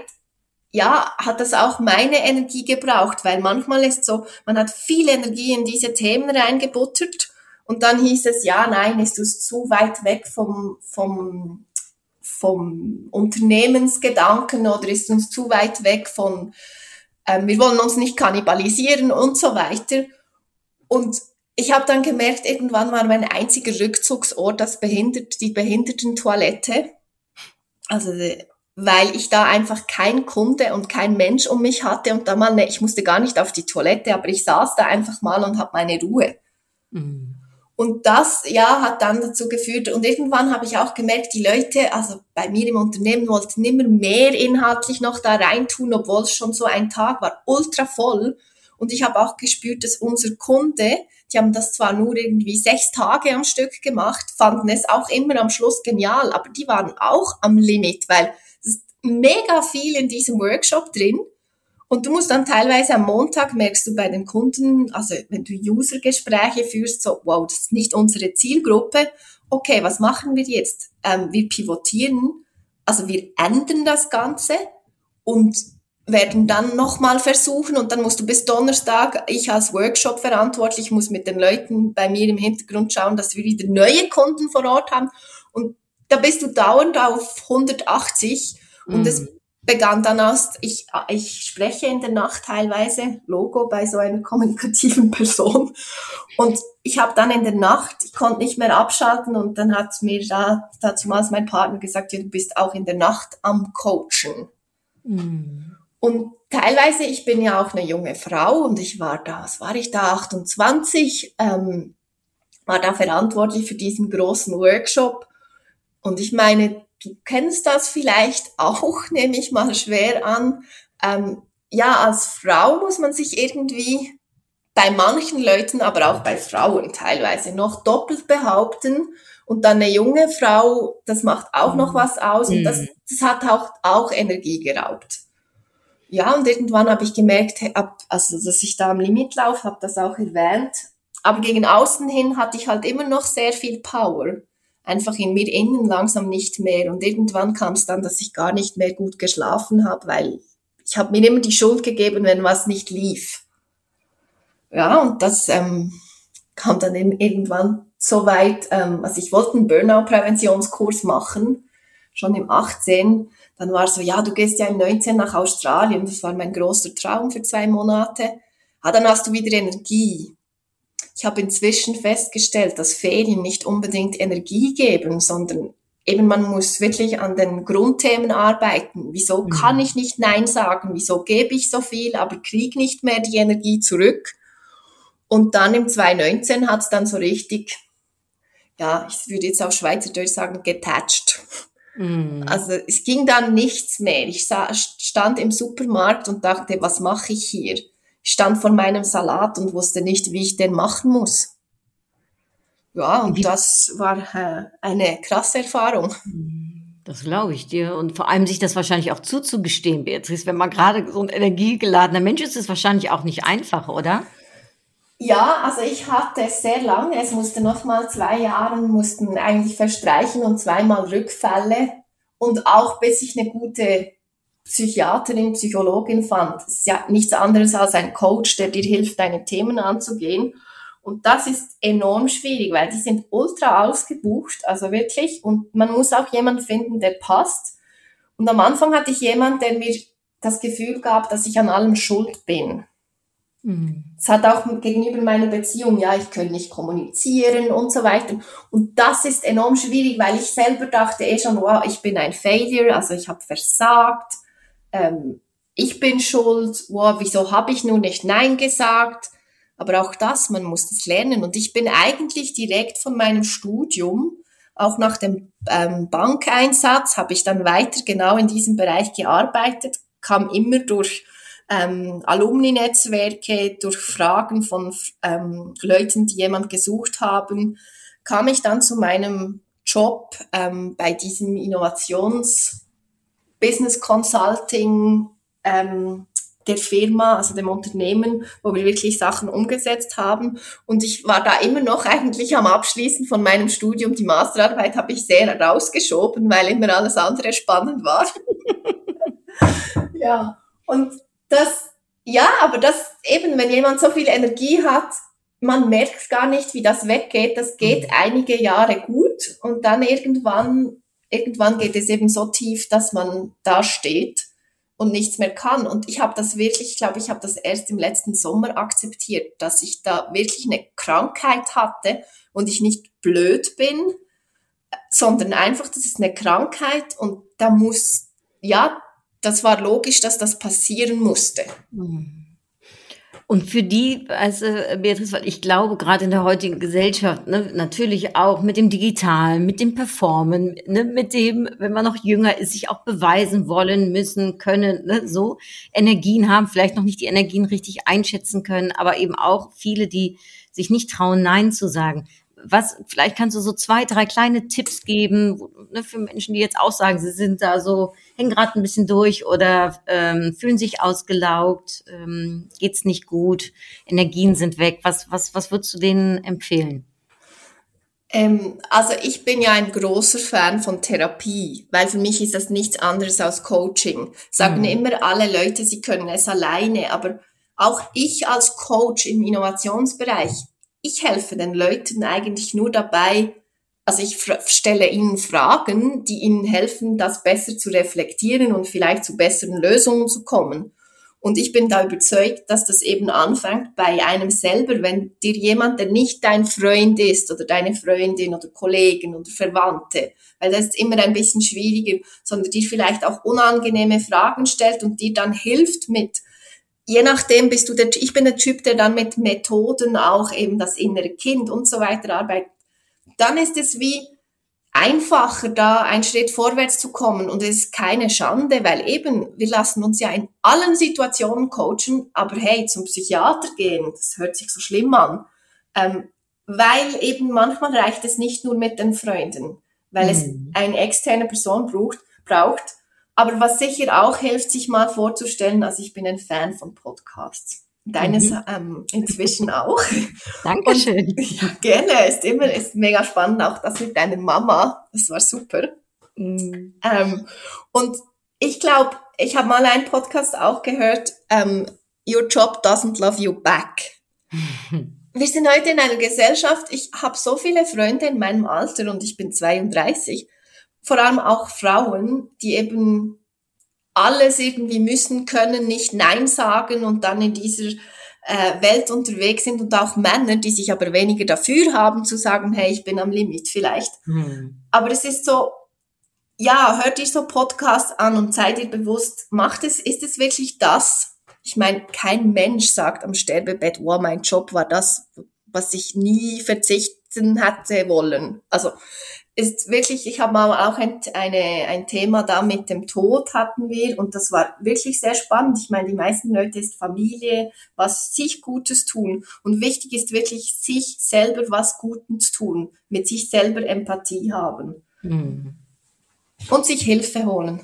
Speaker 4: hat das auch meine Energie gebraucht, weil manchmal ist so, man hat viel Energie in diese Themen reingebuttert und dann hieß es, ja, nein, ist es zu weit weg vom Unternehmensgedanken oder ist uns zu weit weg von, wir wollen uns nicht kannibalisieren und so weiter. Und ich habe dann gemerkt, irgendwann war mein einziger Rückzugsort die Behindertentoilette. Also weil ich da einfach kein Kunde und kein Mensch um mich hatte und da mal, ich musste gar nicht auf die Toilette, aber ich saß da einfach mal und habe meine Ruhe.
Speaker 3: Mhm.
Speaker 4: Und das, ja, hat dann dazu geführt, und irgendwann habe ich auch gemerkt, die Leute, also bei mir im Unternehmen, wollten immer mehr inhaltlich noch da reintun, obwohl es schon so ein Tag war, ultra voll. Und ich habe auch gespürt, dass unser Kunde, die haben das zwar nur irgendwie 6 Tage am Stück gemacht, fanden es auch immer am Schluss genial, aber die waren auch am Limit, weil es ist mega viel in diesem Workshop drin. Und du musst dann teilweise am Montag, merkst du bei den Kunden, also wenn du User-Gespräche führst, so, wow, das ist nicht unsere Zielgruppe. Okay, was machen wir jetzt? Wir pivotieren, also wir ändern das Ganze und werden dann nochmal versuchen, und dann musst du bis Donnerstag, ich als Workshop verantwortlich, muss mit den Leuten bei mir im Hintergrund schauen, dass wir wieder neue Kunden vor Ort haben. Und da bist du dauernd auf 180 und es begann dann aus, ich spreche in der Nacht teilweise, Logo bei so einer kommunikativen Person, und ich habe dann in der Nacht, ich konnte nicht mehr abschalten, und dann hat mir dazumals mein Partner gesagt, ja, du bist auch in der Nacht am Coachen. Und teilweise, ich bin ja auch eine junge Frau und ich war da, 28, war da verantwortlich für diesen großen Workshop, und ich meine, du kennst das vielleicht auch, nehme ich mal schwer an. Ja, als Frau muss man sich irgendwie bei manchen Leuten, aber auch bei Frauen teilweise noch doppelt behaupten. Und dann eine junge Frau, das macht auch noch was aus. Und das hat auch Energie geraubt. Ja, und irgendwann habe ich gemerkt, also dass ich da am Limit laufe, habe das auch erwähnt. Aber gegen außen hin hatte ich halt immer noch sehr viel Power. Einfach in mir innen langsam nicht mehr. Und irgendwann kam es dann, dass ich gar nicht mehr gut geschlafen habe, weil ich habe mir immer die Schuld gegeben, wenn was nicht lief. Ja, und das kam dann irgendwann so weit, also ich wollte einen Burnout-Präventionskurs machen, schon im 18. Dann war so, ja, du gehst ja im 19 nach Australien. Das war mein großer Traum für 2 Monate. Dann hast du wieder Energie. Ich habe inzwischen festgestellt, dass Ferien nicht unbedingt Energie geben, sondern eben man muss wirklich an den Grundthemen arbeiten. Wieso kann ich nicht Nein sagen? Wieso gebe ich so viel, aber kriege nicht mehr die Energie zurück? Und dann im 2019 hat es dann so richtig, ja, ich würde jetzt auf Schweizerdeutsch sagen, getouched. Also es ging dann nichts mehr. Ich stand im Supermarkt und dachte, was mache ich hier? Ich stand vor meinem Salat und wusste nicht, wie ich den machen muss. Ja, und das war eine krasse Erfahrung.
Speaker 3: Das glaube ich dir. Und vor allem sich das wahrscheinlich auch zuzugestehen, Beatrice. Wenn man gerade so ein energiegeladener Mensch ist, ist es wahrscheinlich auch nicht einfach, oder?
Speaker 4: Ja, also ich hatte es sehr lange. Es musste nochmal 2 Jahre, mussten eigentlich verstreichen und 2-mal Rückfälle. Und auch bis ich eine gute Psychiaterin, Psychologin fand. Es ist ja nichts anderes als ein Coach, der dir hilft, deine Themen anzugehen. Und das ist enorm schwierig, weil die sind ultra ausgebucht, also wirklich. Und man muss auch jemanden finden, der passt. Und am Anfang hatte ich jemanden, der mir das Gefühl gab, dass ich an allem schuld bin. Es hat auch gegenüber meiner Beziehung, ja, ich könnte nicht kommunizieren und so weiter. Und das ist enorm schwierig, weil ich selber dachte schon, wow, ich bin ein Failure, also ich habe versagt. Ich bin schuld, wow, wieso habe ich nur nicht Nein gesagt? Aber auch das, man muss das lernen. Und ich bin eigentlich direkt von meinem Studium, auch nach dem Bankeinsatz, habe ich dann weiter genau in diesem Bereich gearbeitet, kam immer durch Alumni-Netzwerke, durch Fragen von Leuten, die jemand gesucht haben, kam ich dann zu meinem Job bei diesem Business Consulting der Firma, also dem Unternehmen, wo wir wirklich Sachen umgesetzt haben. Und ich war da immer noch eigentlich am Abschließen von meinem Studium. Die Masterarbeit habe ich sehr rausgeschoben, weil immer alles andere spannend war. Ja, und aber das eben, wenn jemand so viel Energie hat, man merkt gar nicht, wie das weggeht. Das geht einige Jahre gut und dann irgendwann geht es eben so tief, dass man da steht und nichts mehr kann. Und ich habe das wirklich, ich glaube, ich habe das erst im letzten Sommer akzeptiert, dass ich da wirklich eine Krankheit hatte und ich nicht blöd bin, sondern einfach, das ist eine Krankheit und da muss ja, das war logisch, dass das passieren musste.
Speaker 3: Und für die, also Beatrice, weil ich glaube, gerade in der heutigen Gesellschaft, ne, natürlich auch mit dem Digitalen, mit dem Performen, ne, mit dem, wenn man noch jünger ist, sich auch beweisen wollen, müssen, können, ne, so Energien haben, vielleicht noch nicht die Energien richtig einschätzen können, aber eben auch viele, die sich nicht trauen, Nein zu sagen. Vielleicht kannst du so 2, 3 kleine Tipps geben, ne, für Menschen, die jetzt auch sagen, sie sind da so, hängen gerade ein bisschen durch oder fühlen sich ausgelaugt, geht's nicht gut, Energien sind weg. Was würdest du denen empfehlen?
Speaker 4: Also ich bin ja ein großer Fan von Therapie, weil für mich ist das nichts anderes als Coaching. Sagen immer alle Leute, sie können es alleine, aber auch ich als Coach im Innovationsbereich, ich helfe den Leuten eigentlich nur dabei, also ich stelle ihnen Fragen, die ihnen helfen, das besser zu reflektieren und vielleicht zu besseren Lösungen zu kommen. Und ich bin da überzeugt, dass das eben anfängt bei einem selber, wenn dir jemand, der nicht dein Freund ist oder deine Freundin oder Kollegen oder Verwandte, weil das ist immer ein bisschen schwieriger, sondern dir vielleicht auch unangenehme Fragen stellt und dir dann hilft mit, je nachdem ich bin der Typ, der dann mit Methoden auch eben das innere Kind und so weiter arbeitet, dann ist es wie einfacher, da einen Schritt vorwärts zu kommen. Und es ist keine Schande, weil eben, wir lassen uns ja in allen Situationen coachen, aber hey, zum Psychiater gehen, das hört sich so schlimm an. Weil eben manchmal reicht es nicht nur mit den Freunden, weil es eine externe Person braucht. Aber was sicher auch hilft, sich mal vorzustellen, also ich bin ein Fan von Podcasts. Deines inzwischen auch.
Speaker 3: Dankeschön.
Speaker 4: Und, ja, gerne. Ist mega spannend, auch das mit deiner Mama. Das war super. Und ich glaube, ich habe mal einen Podcast auch gehört, Your Job doesn't love you back. Wir sind heute in einer Gesellschaft, ich habe so viele Freunde in meinem Alter und ich bin 32, vor allem auch Frauen, die eben alles irgendwie müssen, können, nicht Nein sagen und dann in dieser Welt unterwegs sind und auch Männer, die sich aber weniger dafür haben, zu sagen, hey, ich bin am Limit vielleicht. Aber es ist so, ja, hört ihr so Podcasts an und seid ihr bewusst, ist es wirklich das? Ich meine, kein Mensch sagt am Sterbebett, wow, mein Job war das, was ich nie verzichten hätte wollen. Also ist wirklich, ich habe mal auch ein Thema da mit dem Tod hatten wir und das war wirklich sehr spannend. Ich meine, die meisten Leute ist Familie, was sich Gutes tun und wichtig ist wirklich, sich selber was Gutes tun, mit sich selber Empathie haben und sich Hilfe holen.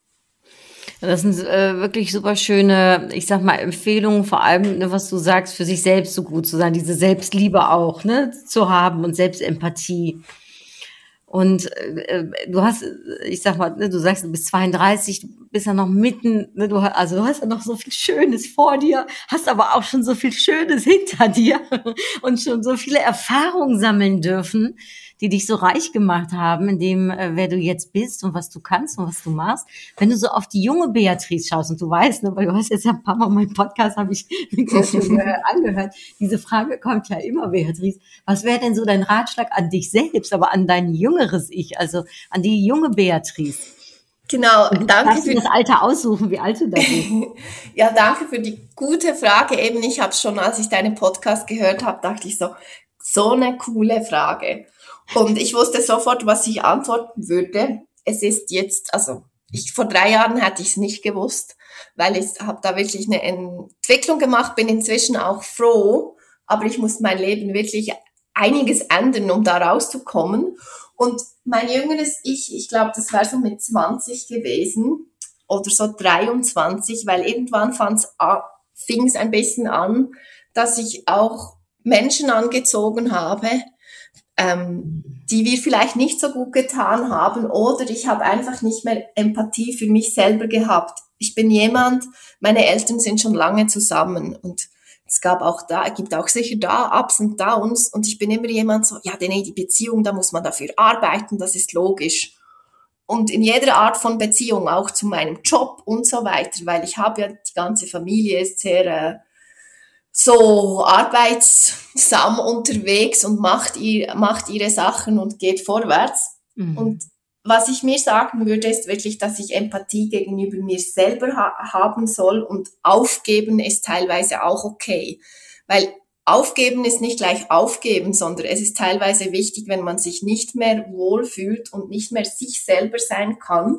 Speaker 3: Das sind wirklich super schöne, ich sag mal, Empfehlungen, vor allem, ne, was du sagst, für sich selbst so gut zu sein, diese Selbstliebe auch, ne, zu haben und Selbstempathie. Und du hast, ich sag mal, ne, du sagst, du bist 32, du bist ja noch mitten, ne, du hast ja noch so viel Schönes vor dir, hast aber auch schon so viel Schönes hinter dir und schon so viele Erfahrungen sammeln dürfen, die dich so reich gemacht haben, in dem, wer du jetzt bist und was du kannst und was du machst. Wenn du so auf die junge Beatrice schaust und du weißt, ne, weil du hast jetzt ja ein paar Mal meinen Podcast, habe ich schon angehört, diese Frage kommt ja immer, Beatrice, was wäre denn so dein Ratschlag an dich selbst, aber an dein jüngeres Ich, also an die junge Beatrice?
Speaker 4: Genau, danke
Speaker 3: für das Alter aussuchen, wie alt du da bist.
Speaker 4: Ja, danke für die gute Frage. Eben, ich habe schon, als ich deinen Podcast gehört habe, dachte ich so eine coole Frage. Und ich wusste sofort, was ich antworten würde. Es ist jetzt, also vor 3 Jahren hätte ich es nicht gewusst, weil ich habe da wirklich eine Entwicklung gemacht, bin inzwischen auch froh, aber ich muss mein Leben wirklich einiges ändern, um da rauszukommen. Und mein jüngeres Ich glaube, das wäre so mit 20 gewesen oder so 23, weil irgendwann fing es ein bisschen an, dass ich auch Menschen angezogen habe, die wir vielleicht nicht so gut getan haben oder ich habe einfach nicht mehr Empathie für mich selber gehabt. Ich bin jemand, meine Eltern sind schon lange zusammen und es gibt auch sicher da Ups und Downs und ich bin immer jemand so, ja, nee, die Beziehung, da muss man dafür arbeiten, das ist logisch. Und in jeder Art von Beziehung, auch zu meinem Job und so weiter, weil ich habe ja, die ganze Familie ist sehr so arbeitsam unterwegs und macht ihre Sachen und geht vorwärts. Und was ich mir sagen würde, ist wirklich, dass ich Empathie gegenüber mir selber haben soll, und aufgeben ist teilweise auch okay. Weil aufgeben ist nicht gleich aufgeben, sondern es ist teilweise wichtig, wenn man sich nicht mehr wohlfühlt und nicht mehr sich selber sein kann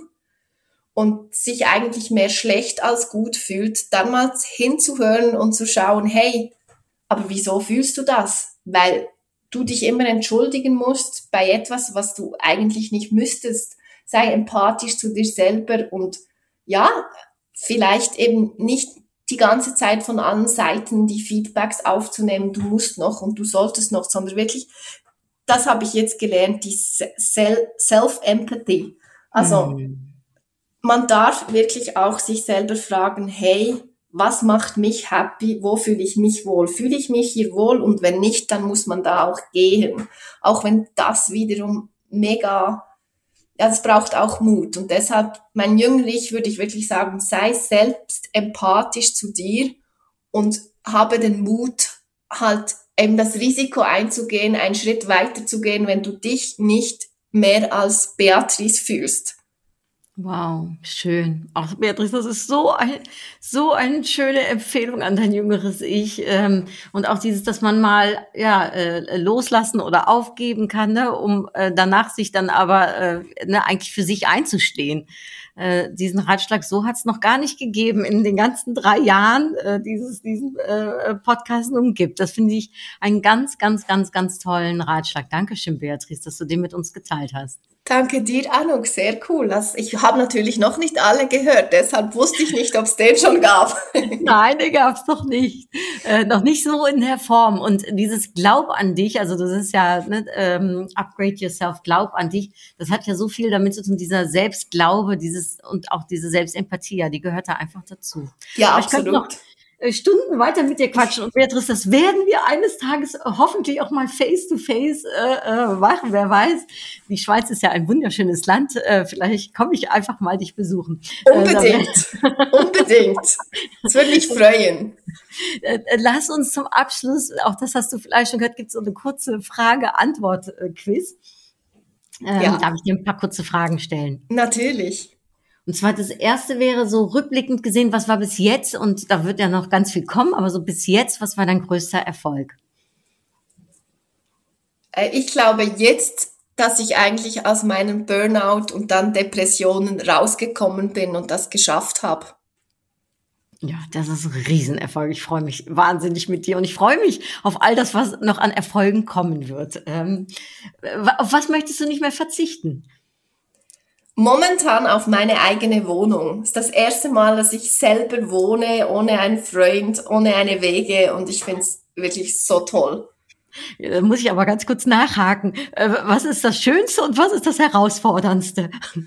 Speaker 4: und sich eigentlich mehr schlecht als gut fühlt, dann mal hinzuhören und zu schauen, hey, aber wieso fühlst du das? Weil du dich immer entschuldigen musst bei etwas, was du eigentlich nicht müsstest. Sei empathisch zu dir selber und ja, vielleicht eben nicht die ganze Zeit von allen Seiten die Feedbacks aufzunehmen, du musst noch und du solltest noch, sondern wirklich, das habe ich jetzt gelernt, die Self-Empathy. Also man darf wirklich auch sich selber fragen, hey, was macht mich happy, wo fühle ich mich wohl? Fühle ich mich hier wohl? Und wenn nicht, dann muss man da auch gehen. Auch wenn das wiederum mega, ja, das braucht auch Mut. Und deshalb, mein Jüngerlich würde ich wirklich sagen, sei selbst empathisch zu dir und habe den Mut, halt eben das Risiko einzugehen, einen Schritt weiter zu gehen, wenn du dich nicht mehr als Beatrice fühlst.
Speaker 3: Wow, schön. Ach, Beatrice, das ist so eine schöne Empfehlung an dein jüngeres Ich. Und auch dieses, dass man mal loslassen oder aufgeben kann, ne, um danach sich dann aber eigentlich für sich einzustehen. Diesen Ratschlag, so hat's noch gar nicht gegeben in den ganzen 3 Jahren, diesen Podcast nun gibt. Das finde ich einen ganz, ganz, ganz, ganz tollen Ratschlag. Dankeschön, Beatrice, dass du den mit uns geteilt hast.
Speaker 4: Danke dir, Anuk, sehr cool. Ich habe natürlich noch nicht alle gehört, deshalb wusste ich nicht, ob es den schon gab.
Speaker 3: Nein, den gab's noch nicht. Noch nicht so in der Form. Und dieses Glaub an dich, also das ist ja Upgrade Yourself, Glaub an dich, das hat ja so viel damit zu tun, dieser Selbstglaube, und auch diese Selbstempathie, ja, die gehört da einfach dazu.
Speaker 4: Ja,
Speaker 3: aber
Speaker 4: absolut.
Speaker 3: Stunden weiter mit dir quatschen. Und Beatrice, das werden wir eines Tages hoffentlich auch mal face-to-face machen. Wer weiß, die Schweiz ist ja ein wunderschönes Land. Vielleicht komme ich einfach mal dich besuchen.
Speaker 4: Unbedingt. Unbedingt. Das würde mich freuen.
Speaker 3: Lass uns zum Abschluss, auch das hast du vielleicht schon gehört, gibt es so eine kurze Frage-Antwort-Quiz. Darf ich dir ein paar kurze Fragen stellen?
Speaker 4: Natürlich.
Speaker 3: Und zwar das erste wäre so rückblickend gesehen, was war bis jetzt, und da wird ja noch ganz viel kommen, aber so bis jetzt, was war dein größter Erfolg?
Speaker 4: Ich glaube jetzt, dass ich eigentlich aus meinem Burnout und dann Depressionen rausgekommen bin und das geschafft habe.
Speaker 3: Ja, das ist ein Riesenerfolg. Ich freue mich wahnsinnig mit dir und ich freue mich auf all das, was noch an Erfolgen kommen wird. Auf was möchtest du nicht mehr verzichten?
Speaker 4: Momentan auf meine eigene Wohnung. Das ist das erste Mal, dass ich selber wohne, ohne einen Freund, ohne eine Wege, und ich finde es wirklich so toll.
Speaker 3: Da muss ich aber ganz kurz nachhaken. Was ist das Schönste und was ist das Herausforderndste?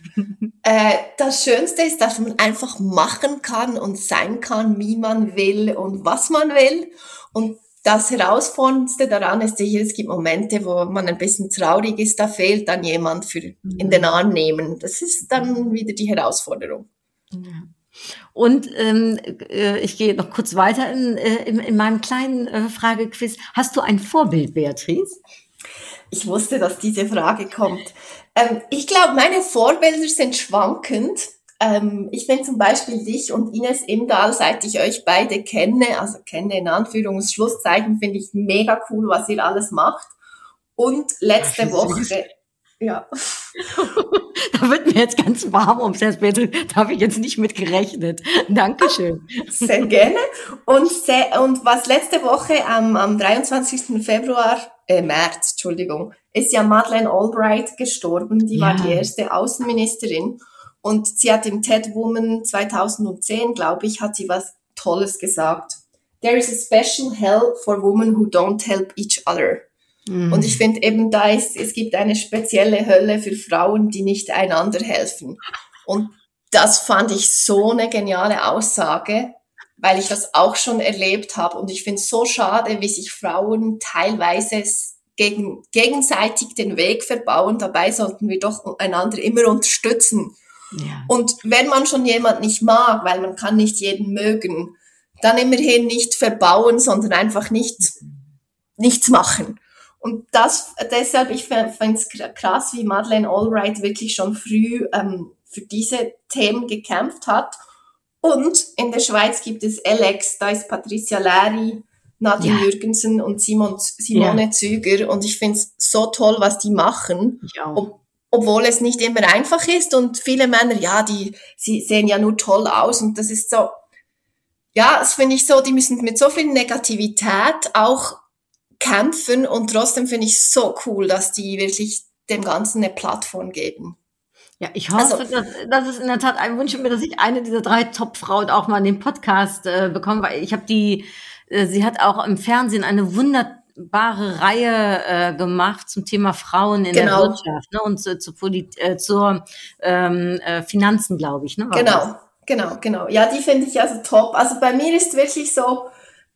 Speaker 4: Das Schönste ist, dass man einfach machen kann und sein kann, wie man will und was man will. Und das Herausforderndste daran ist sicher, es gibt Momente, wo man ein bisschen traurig ist, da fehlt dann jemand für in den Arm nehmen. Das ist dann wieder die Herausforderung.
Speaker 3: Ja. Und ich gehe noch kurz weiter in meinem kleinen Fragequiz. Hast du ein Vorbild, Beatrice?
Speaker 4: Ich wusste, dass diese Frage kommt. Ich glaube, meine Vorbilder sind schwankend. Ich finde zum Beispiel dich und Ines Imdahl, seit ich euch beide kenne, also kenne in Anführungs-Schlusszeichen, finde ich mega cool, was ihr alles macht. Und letzte Woche, ja.
Speaker 3: Da wird mir jetzt ganz warm ums Herz, Beatrice. Da habe ich jetzt nicht mit gerechnet. Dankeschön.
Speaker 4: Sehr gerne. Und was letzte Woche am 23. März, Entschuldigung, ist ja Madeleine Albright gestorben. Die war die erste Außenministerin. Und sie hat im TED Woman 2010, glaube ich, hat sie was Tolles gesagt. There is a special hell for women who don't help each other. Und ich finde eben, es gibt eine spezielle Hölle für Frauen, die nicht einander helfen. Und das fand ich so eine geniale Aussage, weil ich das auch schon erlebt habe. Und ich finde es so schade, wie sich Frauen teilweise gegenseitig den Weg verbauen. Dabei sollten wir doch einander immer unterstützen. Ja. Und wenn man schon jemand nicht mag, weil man kann nicht jeden mögen, dann immerhin nicht verbauen, sondern einfach nichts machen. Und deshalb, ich finde es krass, wie Madeleine Albright wirklich schon früh für diese Themen gekämpft hat. Und in der Schweiz gibt es Alex, da ist Patricia Läri, Nadine Jürgensen und Simone Züger. Und ich finde es so toll, was die machen.
Speaker 3: Ich auch.
Speaker 4: Obwohl es nicht immer einfach ist. Und viele Männer, sie sehen ja nur toll aus. Und das ist so, das finde ich so, die müssen mit so viel Negativität auch kämpfen. Und trotzdem finde ich es so cool, dass die wirklich dem Ganzen eine Plattform geben.
Speaker 3: Ja, ich hoffe, das ist in der Tat ein Wunsch von mir, dass ich eine dieser 3 Top-Frauen auch mal in den Podcast bekomme, weil ich habe sie hat auch im Fernsehen eine wunderbare Reihe gemacht zum Thema Frauen in der Wirtschaft, ne, und zur Finanzen, glaube ich, ne?
Speaker 4: Genau. Ja, die finde ich also top. Also bei mir ist wirklich so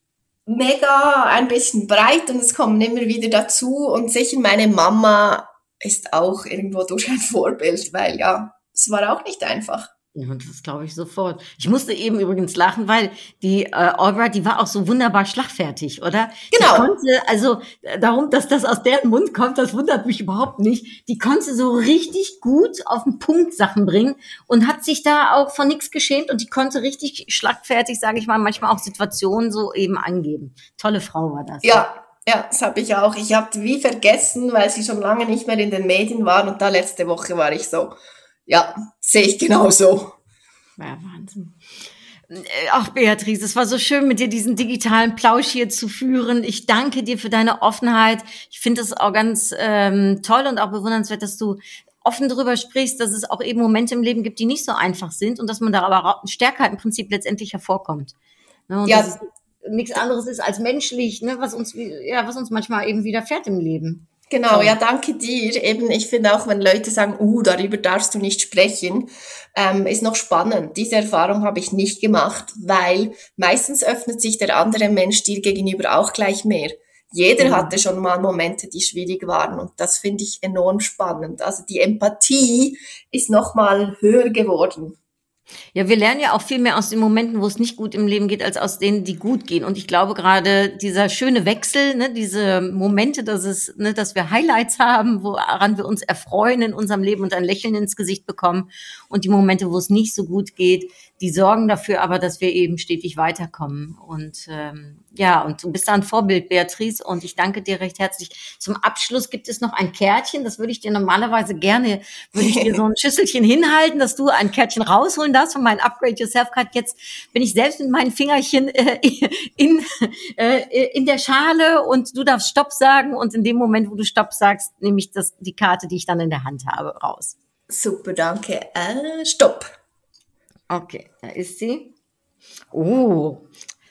Speaker 4: mega ein bisschen breit und es kommen immer wieder dazu und sicher meine Mama ist auch irgendwo durch ein Vorbild, weil es war auch nicht einfach.
Speaker 3: Ja, das glaube ich sofort. Ich musste eben übrigens lachen, weil die Albright, die war auch so wunderbar schlagfertig, oder?
Speaker 4: Genau.
Speaker 3: Die konnte, darum, dass das aus deren Mund kommt, das wundert mich überhaupt nicht. Die konnte so richtig gut auf den Punkt Sachen bringen und hat sich da auch von nichts geschämt und die konnte richtig schlagfertig, sage ich mal, manchmal auch Situationen so eben angeben. Tolle Frau war das.
Speaker 4: Ja, das habe ich auch. Ich habe wie vergessen, weil sie schon lange nicht mehr in den Medien waren und da letzte Woche war ich so, sehe ich genauso.
Speaker 3: Ja, Wahnsinn. Ach, Beatrice, es war so schön, mit dir diesen digitalen Plausch hier zu führen. Ich danke dir für deine Offenheit. Ich finde es auch ganz toll und auch bewundernswert, dass du offen darüber sprichst, dass es auch eben Momente im Leben gibt, die nicht so einfach sind und dass man da aber Stärke im Prinzip letztendlich hervorkommt. Ne, und dass es nichts anderes ist als menschlich, ne, was uns manchmal eben widerfährt im Leben.
Speaker 4: Genau, danke dir. Eben, ich finde auch, wenn Leute sagen, darüber darfst du nicht sprechen, ist noch spannend. Diese Erfahrung habe ich nicht gemacht, weil meistens öffnet sich der andere Mensch dir gegenüber auch gleich mehr. Jeder hatte schon mal Momente, die schwierig waren und das finde ich enorm spannend. Also die Empathie ist noch mal höher geworden.
Speaker 3: Ja, wir lernen ja auch viel mehr aus den Momenten, wo es nicht gut im Leben geht, als aus denen, die gut gehen. Und ich glaube gerade dieser schöne Wechsel, ne, diese Momente, dass wir Highlights haben, woran wir uns erfreuen in unserem Leben und ein Lächeln ins Gesicht bekommen. Und die Momente, wo es nicht so gut geht, die sorgen dafür aber, dass wir eben stetig weiterkommen. Und und du bist da ein Vorbild, Beatrice, und ich danke dir recht herzlich. Zum Abschluss gibt es noch ein Kärtchen, das würde ich dir normalerweise gerne, so ein Schüsselchen hinhalten, dass du ein Kärtchen rausholen darfst von meinem Upgrade Yourself Card. Jetzt bin ich selbst mit meinen Fingerchen in der Schale und du darfst Stopp sagen und in dem Moment, wo du Stopp sagst, nehme ich die Karte, die ich dann in der Hand habe, raus.
Speaker 4: Super, danke. Stopp.
Speaker 3: Okay, da ist sie. Oh,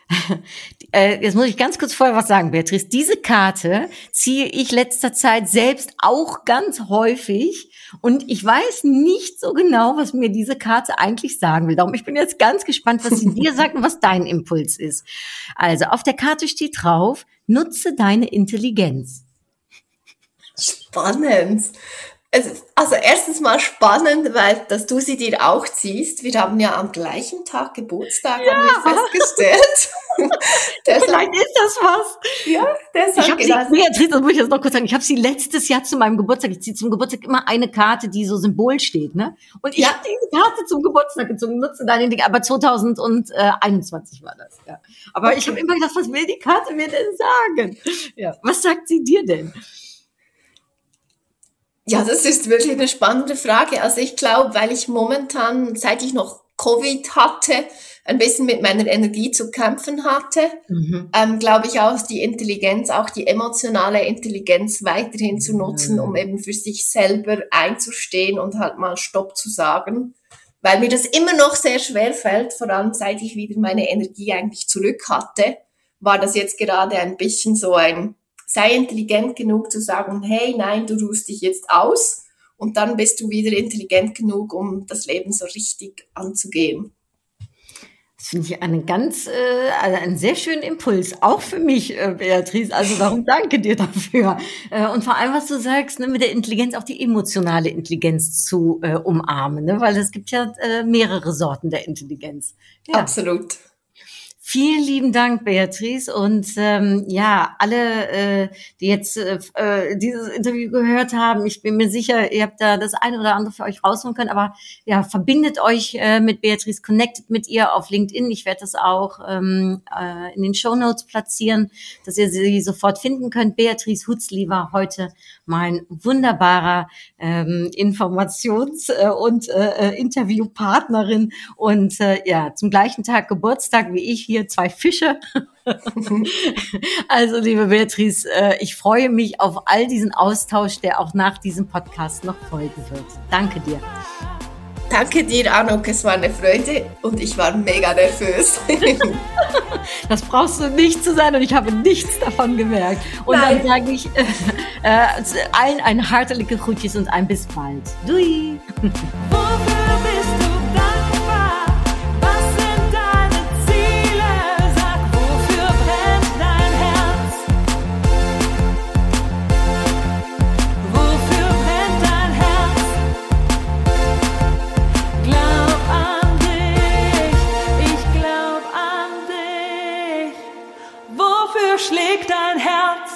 Speaker 3: jetzt muss ich ganz kurz vorher was sagen, Beatrice. Diese Karte ziehe ich letzter Zeit selbst auch ganz häufig und ich weiß nicht so genau, was mir diese Karte eigentlich sagen will. Darum, ich bin jetzt ganz gespannt, was sie dir sagt und was dein Impuls ist. Also, auf der Karte steht drauf, nutze deine Intelligenz.
Speaker 4: Spannend. Also erstens mal spannend, weil dass du sie dir auch ziehst. Wir haben ja am gleichen Tag Geburtstag, haben wir festgestellt.
Speaker 3: Vielleicht ist das was.
Speaker 4: Ja, deshalb.
Speaker 3: Beatrice, das muss ich jetzt noch kurz sagen. Ich habe sie letztes Jahr zu meinem Geburtstag. Ich ziehe zum Geburtstag immer eine Karte, die so Symbol steht, ne? Und ich habe diese Karte zum Geburtstag gezogen, nutze deine Dinge. Aber 2021 war das, ja. Aber ich habe immer gedacht, was will die Karte mir denn sagen? Ja. Was sagt sie dir denn?
Speaker 4: Ja, das ist wirklich eine spannende Frage. Also ich glaube, weil ich momentan, seit ich noch Covid hatte, ein bisschen mit meiner Energie zu kämpfen hatte, glaube ich auch die Intelligenz, auch die emotionale Intelligenz weiterhin zu nutzen, um eben für sich selber einzustehen und halt mal Stopp zu sagen. Weil mir das immer noch sehr schwer fällt, vor allem seit ich wieder meine Energie eigentlich zurück hatte, war das jetzt gerade ein bisschen so sei intelligent genug zu sagen, hey, nein, du ruhst dich jetzt aus und dann bist du wieder intelligent genug, um das Leben so richtig anzugehen.
Speaker 3: Das finde ich einen sehr schönen Impuls, auch für mich, Beatrice. Also darum danke dir dafür. Und vor allem, was du sagst, ne, mit der Intelligenz auch die emotionale Intelligenz zu umarmen, ne? Weil es gibt ja mehrere Sorten der Intelligenz. Ja.
Speaker 4: Absolut.
Speaker 3: Vielen lieben Dank, Beatrice. Und alle, die jetzt dieses Interview gehört haben, ich bin mir sicher, ihr habt da das eine oder andere für euch rausholen können. Aber ja, verbindet euch mit Beatrice, connectet mit ihr auf LinkedIn. Ich werde das auch in den Shownotes platzieren, dass ihr sie sofort finden könnt. Beatrice Hutzli war heute mein wunderbarer Informations- und Interviewpartnerin. Und zum gleichen Tag Geburtstag wie ich hier, 2 Fische. Also, liebe Beatrice, ich freue mich auf all diesen Austausch, der auch nach diesem Podcast noch folgen wird. Danke dir.
Speaker 4: Danke dir, Anuk, es war eine Freude und ich war mega nervös.
Speaker 3: Das brauchst du nicht zu sein und ich habe nichts davon gemerkt. Und
Speaker 4: Nein.
Speaker 3: Dann sage ich allen ein hartelijke Groetjes und ein bis bald. Doei!
Speaker 2: Wofür bist du dankbar? Was sind deine Ziele? Sag, wofür brennt dein Herz? Wofür brennt dein Herz? Glaub an dich, ich glaub an dich. Wofür schlägt dein Herz?